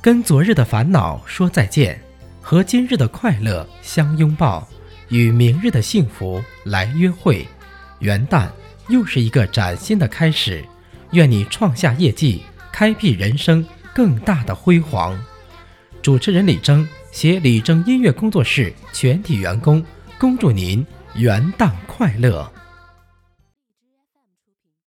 跟昨日的烦恼说再见，和今日的快乐相拥抱，与明日的幸福来约会。元旦又是一个崭新的开始，愿你创下业绩，开辟人生更大的辉煌。主持人李征携李征音乐工作室全体员工恭祝您元旦快乐。